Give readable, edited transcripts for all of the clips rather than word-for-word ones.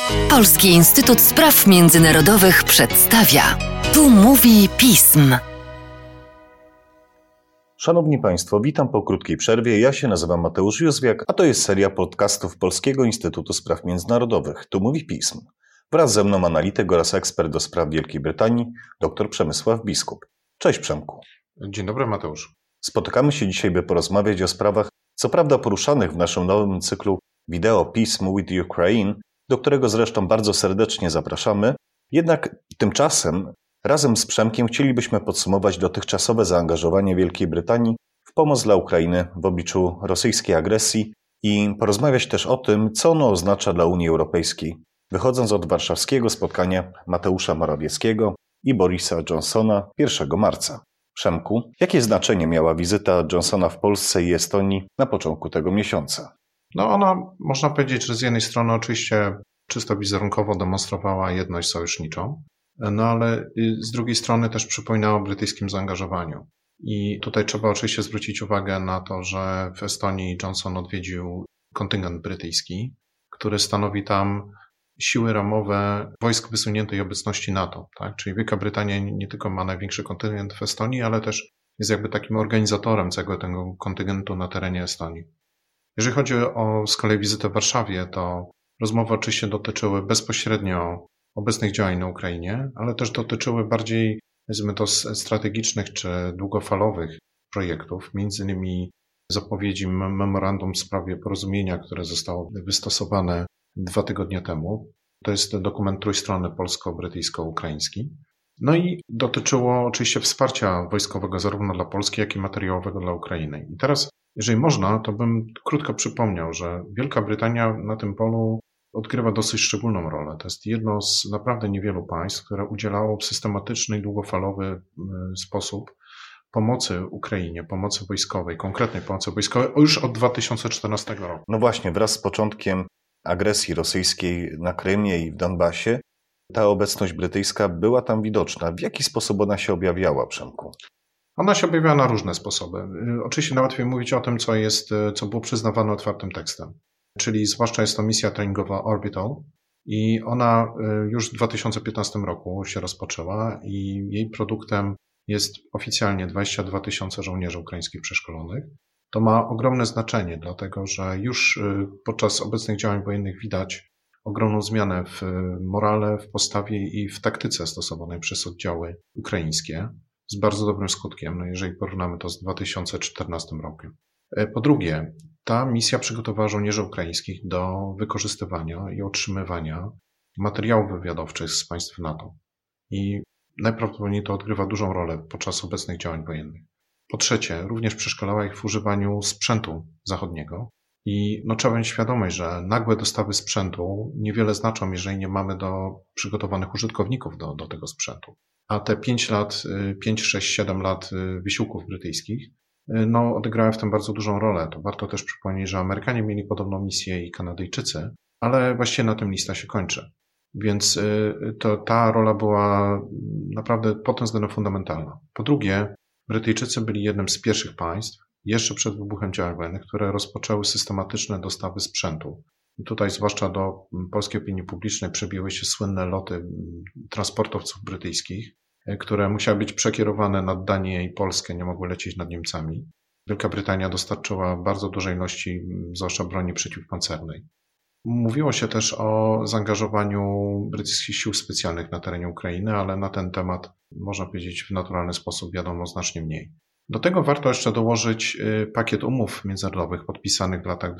Polski Instytut Spraw Międzynarodowych przedstawia. Tu mówi pism. Szanowni Państwo, witam po krótkiej przerwie. Ja się nazywam Mateusz Józwiak, a to jest seria podcastów Polskiego Instytutu Spraw Międzynarodowych. Tu mówi pism. Wraz ze mną analityk oraz ekspert do spraw Wielkiej Brytanii, dr Przemysław Biskup. Cześć Przemku. Dzień dobry Mateusz. Spotykamy się dzisiaj, by porozmawiać o sprawach, co prawda poruszanych w naszym nowym cyklu wideo Pism with Ukraine, do którego zresztą bardzo serdecznie zapraszamy. Jednak tymczasem razem z Przemkiem chcielibyśmy podsumować dotychczasowe zaangażowanie Wielkiej Brytanii w pomoc dla Ukrainy w obliczu rosyjskiej agresji i porozmawiać też o tym, co ono oznacza dla Unii Europejskiej, wychodząc od warszawskiego spotkania Mateusza Morawieckiego i Borisa Johnsona 1 marca. Przemku, jakie znaczenie miała wizyta Johnsona w Polsce i Estonii na początku tego miesiąca? Ona, można powiedzieć, że z jednej strony oczywiście czysto wizerunkowo demonstrowała jedność sojuszniczą, ale z drugiej strony też przypominała o brytyjskim zaangażowaniu. I tutaj trzeba oczywiście zwrócić uwagę na to, że w Estonii Johnson odwiedził kontyngent brytyjski, który stanowi tam siły ramowe wojsk wysuniętej obecności NATO. Tak? Czyli Wielka Brytania nie tylko ma największy kontyngent w Estonii, ale też jest jakby takim organizatorem całego tego kontyngentu na terenie Estonii. Jeżeli chodzi o z kolei wizytę w Warszawie, to rozmowy oczywiście dotyczyły bezpośrednio obecnych działań na Ukrainie, ale też dotyczyły bardziej, nazwijmy to, strategicznych czy długofalowych projektów, między innymi zapowiedzi memorandum w sprawie porozumienia, które zostało wystosowane 2 tygodnie temu. To jest dokument trójstronny polsko-brytyjsko-ukraiński. I dotyczyło oczywiście wsparcia wojskowego zarówno dla Polski, jak i materiałowego dla Ukrainy. I teraz, jeżeli można, to bym krótko przypomniał, że Wielka Brytania na tym polu odgrywa dosyć szczególną rolę. To jest jedno z naprawdę niewielu państw, które udzielało w systematyczny i długofalowy sposób pomocy Ukrainie, pomocy wojskowej, konkretnej pomocy wojskowej już od 2014 roku. No właśnie, wraz z początkiem agresji rosyjskiej na Krymie i w Donbasie, ta obecność brytyjska była tam widoczna. W jaki sposób ona się objawiała, Przemku? Ona się objawia na różne sposoby. Oczywiście najłatwiej mówić o tym, co było przyznawane otwartym tekstem. Czyli zwłaszcza jest to misja treningowa Orbital i ona już w 2015 roku się rozpoczęła i jej produktem jest oficjalnie 22 000 żołnierzy ukraińskich przeszkolonych. To ma ogromne znaczenie, dlatego że już podczas obecnych działań wojennych widać ogromną zmianę w morale, w postawie i w taktyce stosowanej przez oddziały ukraińskie z bardzo dobrym skutkiem, jeżeli porównamy to z 2014 rokiem. Po drugie, ta misja przygotowała żołnierzy ukraińskich do wykorzystywania i otrzymywania materiałów wywiadowczych z państw NATO. I najprawdopodobniej to odgrywa dużą rolę podczas obecnych działań wojennych. Po trzecie, również przeszkolała ich w używaniu sprzętu zachodniego. I trzeba mieć świadomość, że nagłe dostawy sprzętu niewiele znaczą, jeżeli nie mamy przygotowanych użytkowników do tego sprzętu. A te 5 lat, 5, 6, 7 lat wysiłków brytyjskich odegrały w tym bardzo dużą rolę. To warto też przypomnieć, że Amerykanie mieli podobną misję i Kanadyjczycy, ale właściwie na tym lista się kończy. Więc ta rola była naprawdę pod tym względem fundamentalna. Po drugie, Brytyjczycy byli jednym z pierwszych państw, jeszcze przed wybuchem działań wojennych, które rozpoczęły systematyczne dostawy sprzętu. I tutaj zwłaszcza do polskiej opinii publicznej przebiły się słynne loty transportowców brytyjskich, które musiały być przekierowane nad Danię i Polskę, nie mogły lecieć nad Niemcami. Wielka Brytania dostarczyła bardzo dużej ilości, zwłaszcza broni przeciwpancernej. Mówiło się też o zaangażowaniu brytyjskich sił specjalnych na terenie Ukrainy, ale na ten temat, można powiedzieć, w naturalny sposób wiadomo znacznie mniej. Do tego warto jeszcze dołożyć pakiet umów międzynarodowych podpisanych w latach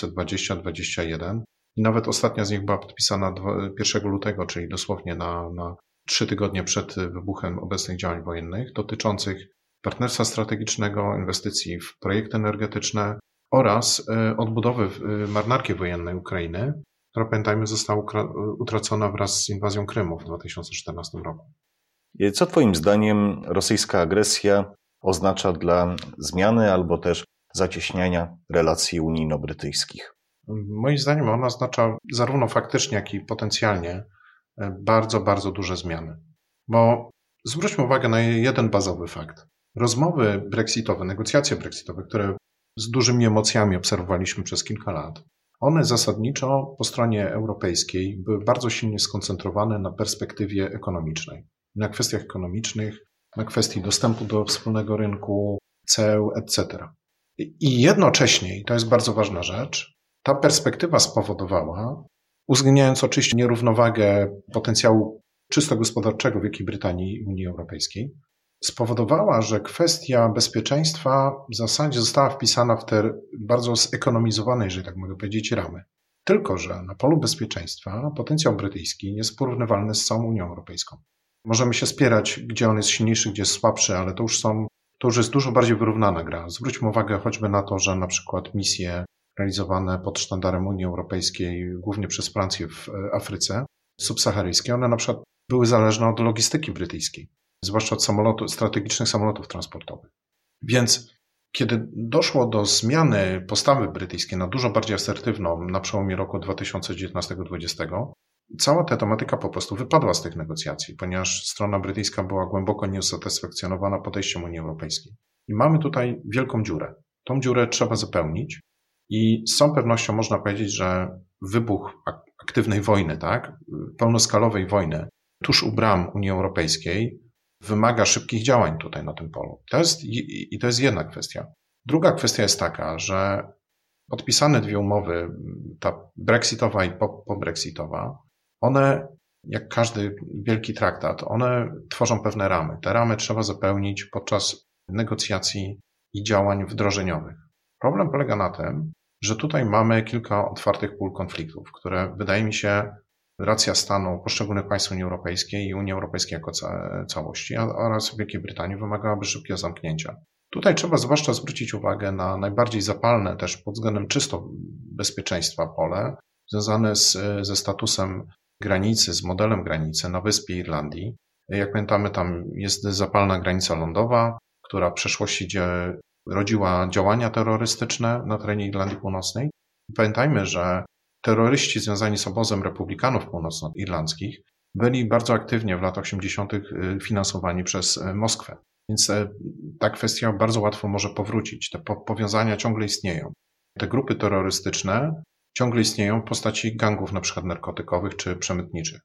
2020-2021 i nawet ostatnia z nich była podpisana 1 lutego, czyli dosłownie na 3 tygodnie przed wybuchem obecnych działań wojennych, dotyczących partnerstwa strategicznego, inwestycji w projekty energetyczne oraz odbudowy marynarki wojennej Ukrainy, która, pamiętajmy, została utracona wraz z inwazją Krymu w 2014 roku. Co Twoim zdaniem rosyjska agresja oznacza dla zmiany albo też zacieśniania relacji unijno-brytyjskich? Moim zdaniem ona oznacza zarówno faktycznie, jak i potencjalnie bardzo, bardzo duże zmiany. Bo zwróćmy uwagę na jeden bazowy fakt. Rozmowy brexitowe, negocjacje brexitowe, które z dużymi emocjami obserwowaliśmy przez kilka lat, one zasadniczo po stronie europejskiej były bardzo silnie skoncentrowane na perspektywie ekonomicznej, na kwestiach ekonomicznych, na kwestii dostępu do wspólnego rynku, ceł, etc. I jednocześnie, i to jest bardzo ważna rzecz, ta perspektywa spowodowała, uwzględniając oczywiście nierównowagę potencjału czysto gospodarczego Wielkiej Brytanii i Unii Europejskiej, spowodowała, że kwestia bezpieczeństwa w zasadzie została wpisana w te bardzo zekonomizowane, jeżeli tak mogę powiedzieć, ramy. Tylko że na polu bezpieczeństwa potencjał brytyjski jest porównywalny z całą Unią Europejską. Możemy się spierać, gdzie on jest silniejszy, gdzie jest słabszy, ale to już jest dużo bardziej wyrównana gra. Zwróćmy uwagę choćby na to, że na przykład misje realizowane pod sztandarem Unii Europejskiej, głównie przez Francję w Afryce subsaharyjskiej, one na przykład były zależne od logistyki brytyjskiej, zwłaszcza od strategicznych samolotów transportowych. Więc kiedy doszło do zmiany postawy brytyjskiej na dużo bardziej asertywną na przełomie roku 2019-2020, cała ta tematyka po prostu wypadła z tych negocjacji, ponieważ strona brytyjska była głęboko nieusatysfakcjonowana podejściem Unii Europejskiej. I mamy tutaj wielką dziurę. Tą dziurę trzeba zapełnić i z całą pewnością można powiedzieć, że wybuch aktywnej wojny, tak, pełnoskalowej wojny tuż u bram Unii Europejskiej wymaga szybkich działań tutaj na tym polu. To jest jedna kwestia. Druga kwestia jest taka, że podpisane dwie umowy, ta brexitowa i pobrexitowa, one, jak każdy wielki traktat, one tworzą pewne ramy. Te ramy trzeba zapełnić podczas negocjacji i działań wdrożeniowych. Problem polega na tym, że tutaj mamy kilka otwartych pól konfliktów, które wydaje mi się racja stanu poszczególnych państw Unii Europejskiej i Unii Europejskiej jako całości oraz Wielkiej Brytanii wymagałaby szybkiego zamknięcia. Tutaj trzeba zwłaszcza zwrócić uwagę na najbardziej zapalne też pod względem czysto bezpieczeństwa pole związane ze statusem granicy, z modelem granicy na wyspie Irlandii. Jak pamiętamy, tam jest zapalna granica lądowa, która w przeszłości rodziła działania terrorystyczne na terenie Irlandii Północnej. Pamiętajmy, że terroryści związani z obozem republikanów północnoirlandzkich byli bardzo aktywnie w latach 80. finansowani przez Moskwę. Więc ta kwestia bardzo łatwo może powrócić. Te powiązania ciągle istnieją. Te grupy terrorystyczne ciągle istnieją w postaci gangów na przykład narkotykowych czy przemytniczych.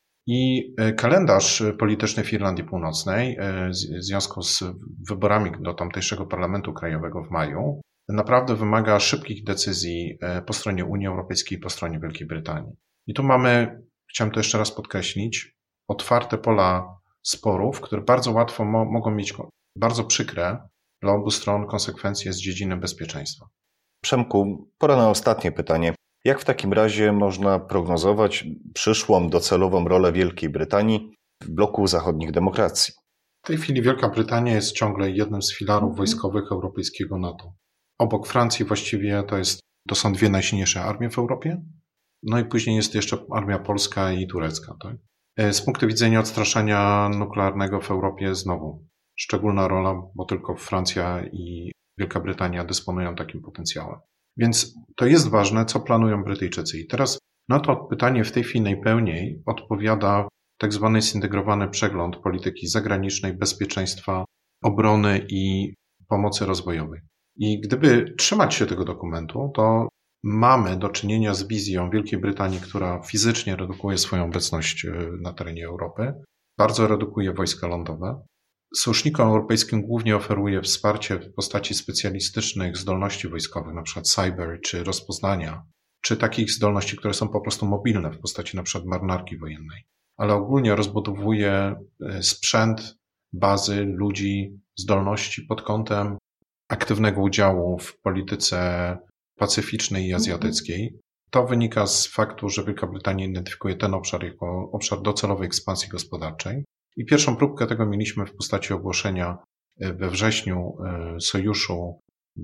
I kalendarz polityczny w Irlandii Północnej w związku z wyborami do tamtejszego parlamentu krajowego w maju naprawdę wymaga szybkich decyzji po stronie Unii Europejskiej i po stronie Wielkiej Brytanii. I tu mamy, chciałem to jeszcze raz podkreślić, otwarte pola sporów, które bardzo łatwo mogą mieć bardzo przykre dla obu stron konsekwencje z dziedziny bezpieczeństwa. Przemku, pora na ostatnie pytanie. Jak w takim razie można prognozować przyszłą docelową rolę Wielkiej Brytanii w bloku zachodnich demokracji? W tej chwili Wielka Brytania jest ciągle jednym z filarów wojskowych europejskiego NATO. Obok Francji właściwie to są dwie najsilniejsze armie w Europie. No i później jest jeszcze armia polska i turecka. Tak? Z punktu widzenia odstraszania nuklearnego w Europie znowu szczególna rola, bo tylko Francja i Wielka Brytania dysponują takim potencjałem. Więc to jest ważne, co planują Brytyjczycy. I teraz na to pytanie w tej chwili najpełniej odpowiada tak zwany zintegrowany przegląd polityki zagranicznej, bezpieczeństwa, obrony i pomocy rozwojowej. I gdyby trzymać się tego dokumentu, to mamy do czynienia z wizją Wielkiej Brytanii, która fizycznie redukuje swoją obecność na terenie Europy, bardzo redukuje wojska lądowe. Sojusznikom europejskim głównie oferuje wsparcie w postaci specjalistycznych zdolności wojskowych, np. cyber czy rozpoznania, czy takich zdolności, które są po prostu mobilne w postaci np. marynarki wojennej. Ale ogólnie rozbudowuje sprzęt, bazy, ludzi, zdolności pod kątem aktywnego udziału w polityce pacyficznej i azjatyckiej. To wynika z faktu, że Wielka Brytania identyfikuje ten obszar jako obszar docelowej ekspansji gospodarczej. I pierwszą próbkę tego mieliśmy w postaci ogłoszenia we wrześniu sojuszu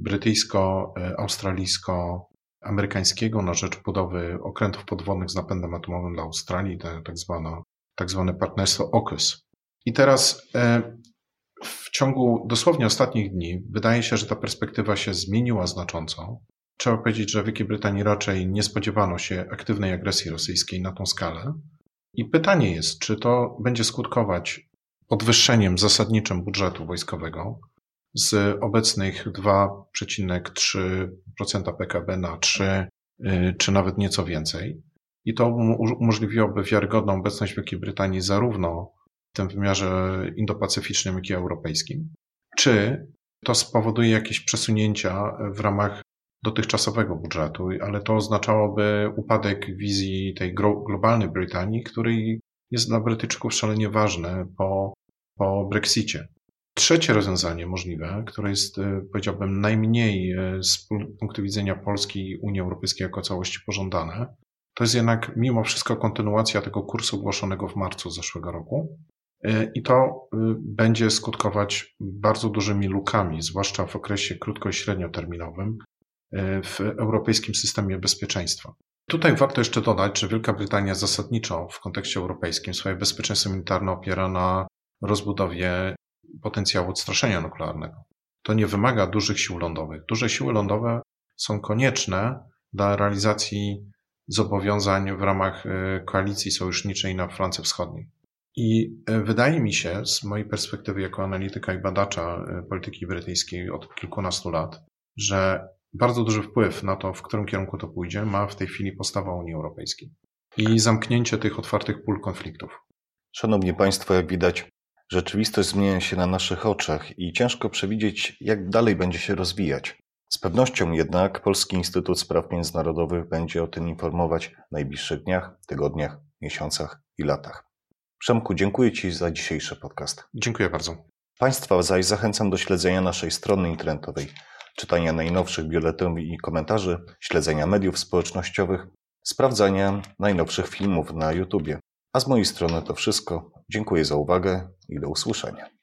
brytyjsko-australijsko-amerykańskiego na rzecz budowy okrętów podwodnych z napędem atomowym dla Australii, tak zwane partnerstwo AUKUS. I teraz w ciągu dosłownie ostatnich dni wydaje się, że ta perspektywa się zmieniła znacząco. Trzeba powiedzieć, że w Wielkiej Brytanii raczej nie spodziewano się aktywnej agresji rosyjskiej na tą skalę. I pytanie jest, czy to będzie skutkować podwyższeniem zasadniczym budżetu wojskowego z obecnych 2,3% PKB na 3, czy nawet nieco więcej. I to umożliwiłoby wiarygodną obecność Wielkiej Brytanii zarówno w tym wymiarze indopacyficznym, jak i europejskim. Czy to spowoduje jakieś przesunięcia w ramach dotychczasowego budżetu, ale to oznaczałoby upadek wizji tej globalnej Brytanii, której jest dla Brytyjczyków szalenie ważne po Brexicie. Trzecie rozwiązanie możliwe, które jest, powiedziałbym, najmniej z punktu widzenia Polski i Unii Europejskiej jako całości pożądane, to jest jednak mimo wszystko kontynuacja tego kursu ogłoszonego w marcu zeszłego roku i to będzie skutkować bardzo dużymi lukami, zwłaszcza w okresie krótko- i średnioterminowym w europejskim systemie bezpieczeństwa. Tutaj warto jeszcze dodać, że Wielka Brytania zasadniczo w kontekście europejskim swoje bezpieczeństwo militarne opiera na rozbudowie potencjału odstraszenia nuklearnego. To nie wymaga dużych sił lądowych. Duże siły lądowe są konieczne dla realizacji zobowiązań w ramach koalicji sojuszniczej na flance wschodniej. I wydaje mi się, z mojej perspektywy jako analityka i badacza polityki brytyjskiej od kilkunastu lat, że bardzo duży wpływ na to, w którym kierunku to pójdzie, ma w tej chwili postawa Unii Europejskiej i zamknięcie tych otwartych pól konfliktów. Szanowni Państwo, jak widać, rzeczywistość zmienia się na naszych oczach i ciężko przewidzieć, jak dalej będzie się rozwijać. Z pewnością jednak Polski Instytut Spraw Międzynarodowych będzie o tym informować w najbliższych dniach, tygodniach, miesiącach i latach. Przemku, dziękuję Ci za dzisiejszy podcast. Dziękuję bardzo. Państwa zaś zachęcam do śledzenia naszej strony internetowej, czytania najnowszych biuletynów i komentarzy, śledzenia mediów społecznościowych, sprawdzania najnowszych filmów na YouTubie. A z mojej strony to wszystko. Dziękuję za uwagę i do usłyszenia.